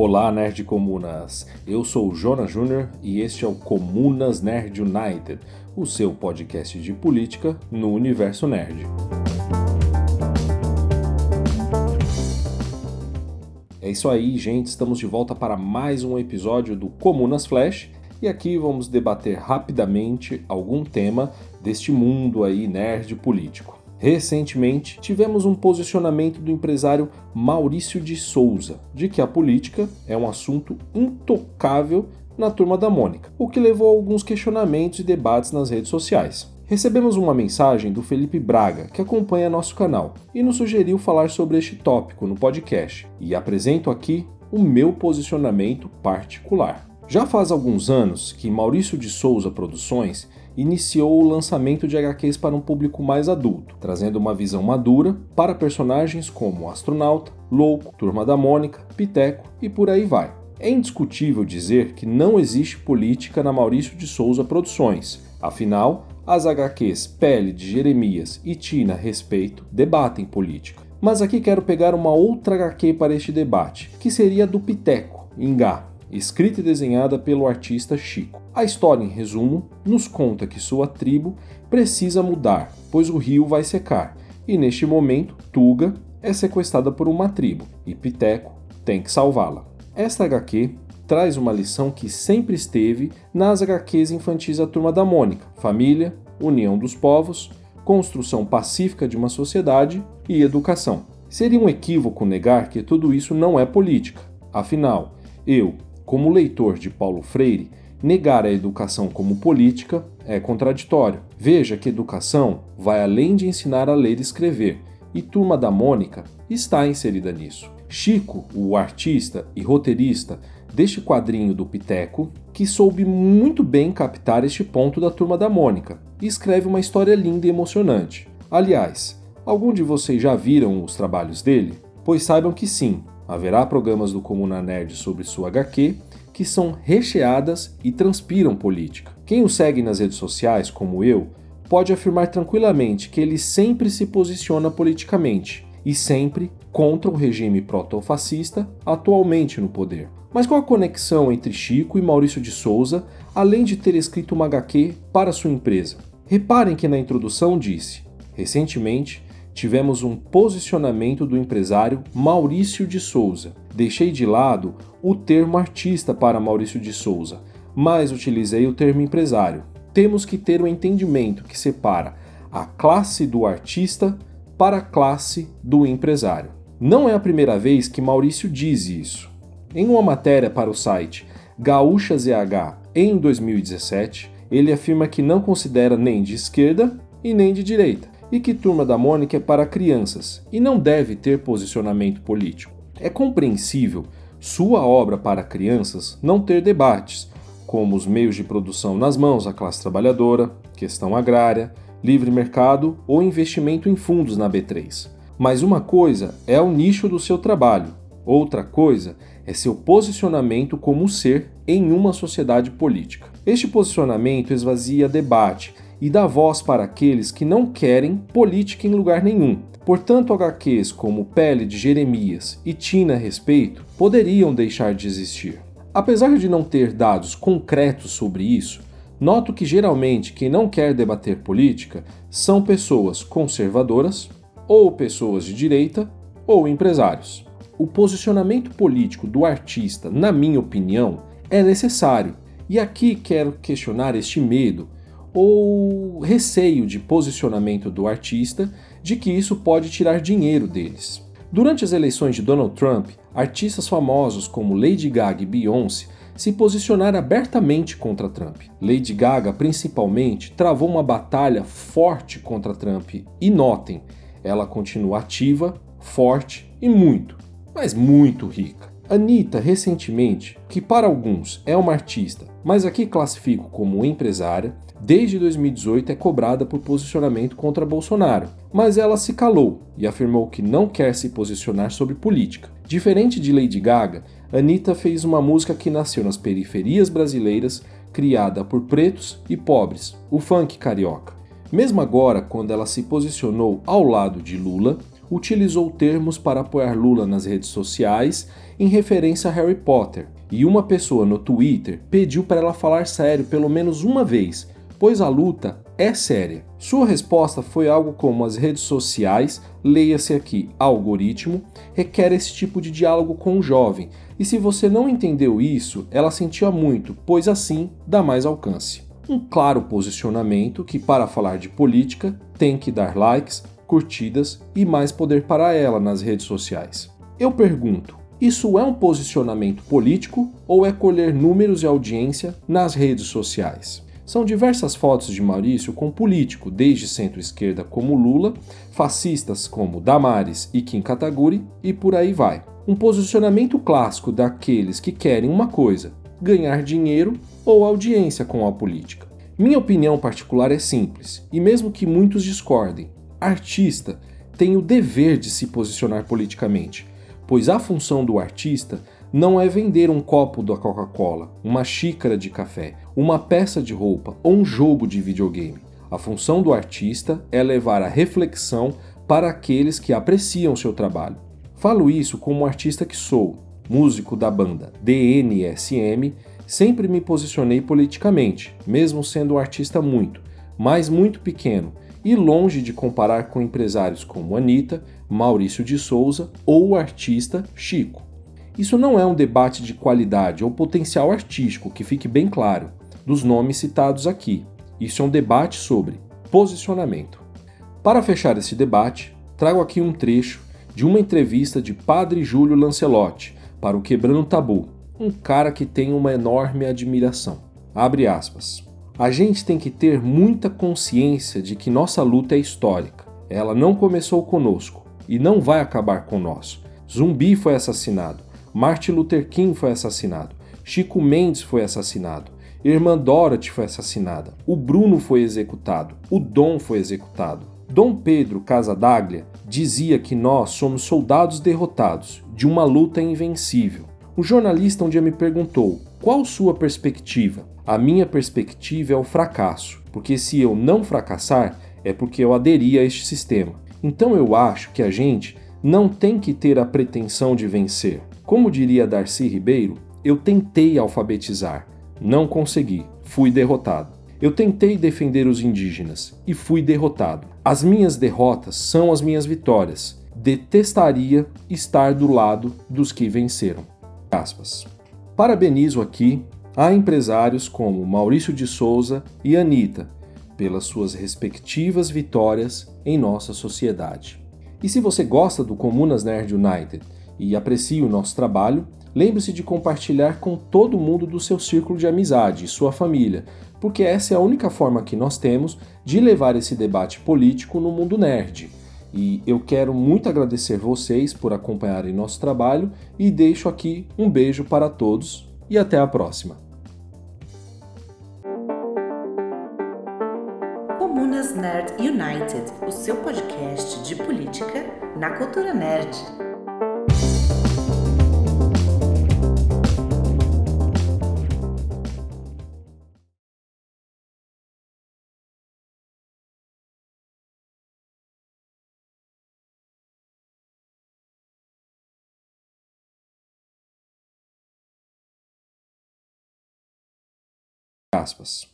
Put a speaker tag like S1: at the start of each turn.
S1: Olá, Nerd Comunas! Eu sou o Jonas Júnior e este é o Comunas Nerd United, o seu podcast de política no universo nerd. É isso aí, gente, estamos de volta para mais um episódio do Comunas Flash e aqui vamos debater rapidamente algum tema deste mundo aí nerd político. Recentemente, tivemos um posicionamento do empresário Maurício de Souza, de que a política é um assunto intocável na Turma da Mônica, o que levou a alguns questionamentos e debates nas redes sociais. Recebemos uma mensagem do Felipe Braga, que acompanha nosso canal, e nos sugeriu falar sobre este tópico no podcast, e apresento aqui o meu posicionamento particular. Já faz alguns anos que Maurício de Souza Produções iniciou o lançamento de HQs para um público mais adulto, trazendo uma visão madura para personagens como Astronauta, Louco, Turma da Mônica, Piteco e por aí vai. É indiscutível dizer que não existe política na Maurício de Souza Produções, afinal, as HQs Pele de Jeremias e Tina Respeito debatem política. Mas aqui quero pegar uma outra HQ para este debate, que seria a do Piteco, Ingá, escrita e desenhada pelo artista Chico. A história, em resumo, nos conta que sua tribo precisa mudar, pois o rio vai secar, e neste momento, Tuga é sequestrada por uma tribo, e Piteco tem que salvá-la. Esta HQ traz uma lição que sempre esteve nas HQs infantis da Turma da Mônica: família, união dos povos, construção pacífica de uma sociedade e educação. Seria um equívoco negar que tudo isso não é política. Afinal, eu, como leitor de Paulo Freire, negar a educação como política é contraditório. Veja que educação vai além de ensinar a ler e escrever, e Turma da Mônica está inserida nisso. Chico, o artista e roteirista deste quadrinho do Piteco, que soube muito bem captar este ponto da Turma da Mônica, e escreve uma história linda e emocionante. Aliás, algum de vocês já viram os trabalhos dele? Pois saibam que sim, haverá programas do Comuna Nerd sobre sua HQ que são recheadas e transpiram política. Quem o segue nas redes sociais, como eu, pode afirmar tranquilamente que ele sempre se posiciona politicamente e sempre contra o regime proto-fascista atualmente no poder. Mas qual a conexão entre Chico e Maurício de Souza, além de ter escrito uma HQ para sua empresa? Reparem que na introdução disse: recentemente tivemos um posicionamento do empresário Maurício de Souza. Deixei de lado o termo artista para Maurício de Souza, mas utilizei o termo empresário. Temos que ter um entendimento que separa a classe do artista para a classe do empresário. Não é a primeira vez que Maurício diz isso. Em uma matéria para o site Gaúcha ZH em 2017, ele afirma que não considera nem de esquerda e nem de direita, e que Turma da Mônica é para crianças e não deve ter posicionamento político. É compreensível sua obra para crianças não ter debates, como os meios de produção nas mãos da classe trabalhadora, questão agrária, livre mercado ou investimento em fundos na B3. Mas uma coisa é o nicho do seu trabalho, outra coisa é seu posicionamento como ser em uma sociedade política. Este posicionamento esvazia debate e dá voz para aqueles que não querem política em lugar nenhum. Portanto, HQs como Pele de Jeremias e Tina Respeito poderiam deixar de existir. Apesar de não ter dados concretos sobre isso, noto que geralmente quem não quer debater política são pessoas conservadoras, ou pessoas de direita, ou empresários. O posicionamento político do artista, na minha opinião, é necessário. E aqui quero questionar este medo ou receio de posicionamento do artista de que isso pode tirar dinheiro deles. Durante as eleições de Donald Trump, artistas famosos como Lady Gaga e Beyoncé se posicionaram abertamente contra Trump. Lady Gaga, principalmente, travou uma batalha forte contra Trump e notem, ela continua ativa, forte e muito, mas muito rica. Anitta, recentemente, que para alguns é uma artista, mas aqui classifico como empresária, desde 2018 é cobrada por posicionamento contra Bolsonaro, mas ela se calou e afirmou que não quer se posicionar sobre política. Diferente de Lady Gaga, Anitta fez uma música que nasceu nas periferias brasileiras, criada por pretos e pobres, o funk carioca. Mesmo agora, quando ela se posicionou ao lado de Lula, utilizou termos para apoiar Lula nas redes sociais em referência a Harry Potter, e uma pessoa no Twitter pediu para ela falar sério pelo menos uma vez, pois a luta é séria. Sua resposta foi algo como: as redes sociais, leia-se aqui algoritmo, requer esse tipo de diálogo com o jovem, e se você não entendeu isso, ela sentia muito, pois assim dá mais alcance. Um claro posicionamento que, para falar de política, tem que dar likes, curtidas e mais poder para ela nas redes sociais. Eu pergunto, isso é um posicionamento político ou é colher números e audiência nas redes sociais? São diversas fotos de Maurício com político, desde centro-esquerda como Lula, fascistas como Damares e Kim Kataguiri e por aí vai. Um posicionamento clássico daqueles que querem uma coisa: ganhar dinheiro ou audiência com a política. Minha opinião particular é simples, e mesmo que muitos discordem, artista tem o dever de se posicionar politicamente, pois a função do artista não é vender um copo da Coca-Cola, uma xícara de café, uma peça de roupa ou um jogo de videogame. A função do artista é levar a reflexão para aqueles que apreciam seu trabalho. Falo isso como artista que sou, músico da banda DNSM, sempre me posicionei politicamente, mesmo sendo um artista mas muito pequeno, e longe de comparar com empresários como Anitta, Maurício de Souza ou o artista Chico. Isso não é um debate de qualidade ou potencial artístico, que fique bem claro, dos nomes citados aqui. Isso é um debate sobre posicionamento. Para fechar esse debate, trago aqui um trecho de uma entrevista de Padre Júlio Lancelotti para o Quebrando o Tabu, um cara que tem uma enorme admiração. Abre aspas. A gente tem que ter muita consciência de que nossa luta é histórica. Ela não começou conosco e não vai acabar com nós. Zumbi foi assassinado. Martin Luther King foi assassinado, Chico Mendes foi assassinado, Irmã Dorothy foi assassinada, o Bruno foi executado, o Dom foi executado. Dom Pedro Casadaglia dizia que nós somos soldados derrotados, de uma luta invencível. Um jornalista um dia me perguntou, qual sua perspectiva? A minha perspectiva é o fracasso, porque se eu não fracassar, é porque eu aderi a este sistema. Então eu acho que a gente não tem que ter a pretensão de vencer. Como diria Darcy Ribeiro, eu tentei alfabetizar, não consegui, fui derrotado. Eu tentei defender os indígenas e fui derrotado. As minhas derrotas são as minhas vitórias. Detestaria estar do lado dos que venceram. Aspas. Parabenizo aqui a empresários como Maurício de Souza e Anitta pelas suas respectivas vitórias em nossa sociedade. E se você gosta do Comunas Nerd United e aprecia o nosso trabalho, lembre-se de compartilhar com todo mundo do seu círculo de amizade e sua família, porque essa é a única forma que nós temos de levar esse debate político no mundo nerd. E eu quero muito agradecer vocês por acompanharem nosso trabalho e deixo aqui um beijo para todos e até a próxima.
S2: Comunas Nerd United, o seu podcast de política na cultura nerd.
S1: Aspas.